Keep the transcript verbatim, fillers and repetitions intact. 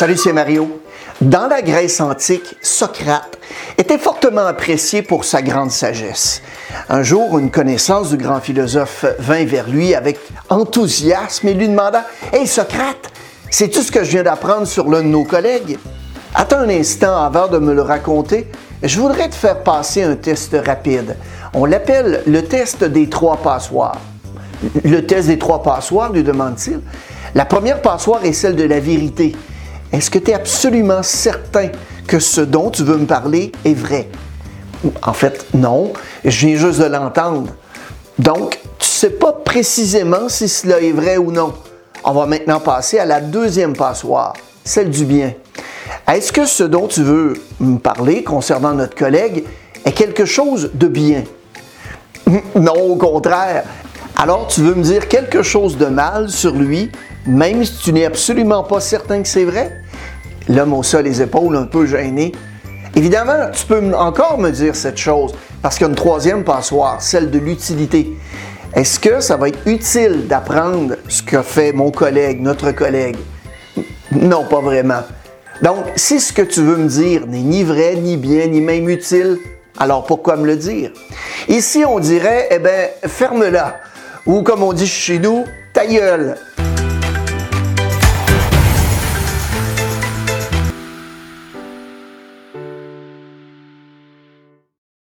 Salut, c'est Mario. Dans la Grèce antique, Socrate était fortement apprécié pour sa grande sagesse. Un jour, une connaissance du grand philosophe vint vers lui avec enthousiasme et lui demanda « Hey Socrate, sais-tu ce que je viens d'apprendre sur l'un de nos collègues? Attends un instant avant de me le raconter. Je voudrais te faire passer un test rapide. On l'appelle le test des trois passoires. » Le test des trois passoires, lui demande-t-il. La première passoire est celle de la vérité. Est-ce que tu es absolument certain que ce dont tu veux me parler est vrai? En fait, non. Je viens juste de l'entendre. Donc, tu ne sais pas précisément si cela est vrai ou non. On va maintenant passer à la deuxième passoire, celle du bien. Est-ce que ce dont tu veux me parler concernant notre collègue est quelque chose de bien? Non, au contraire. Alors, tu veux me dire quelque chose de mal sur lui, même si tu n'es absolument pas certain que c'est vrai? L'homme haussa les épaules un peu gêné. Évidemment, tu peux encore me dire cette chose, parce qu'il y a une troisième passoire, celle de l'utilité. Est-ce que ça va être utile d'apprendre ce que fait mon collègue, notre collègue? Non, pas vraiment. Donc, si ce que tu veux me dire n'est ni vrai, ni bien, ni même utile, alors pourquoi me le dire? Ici, on dirait, eh bien, ferme-la. Ou comme on dit chez nous, ta gueule.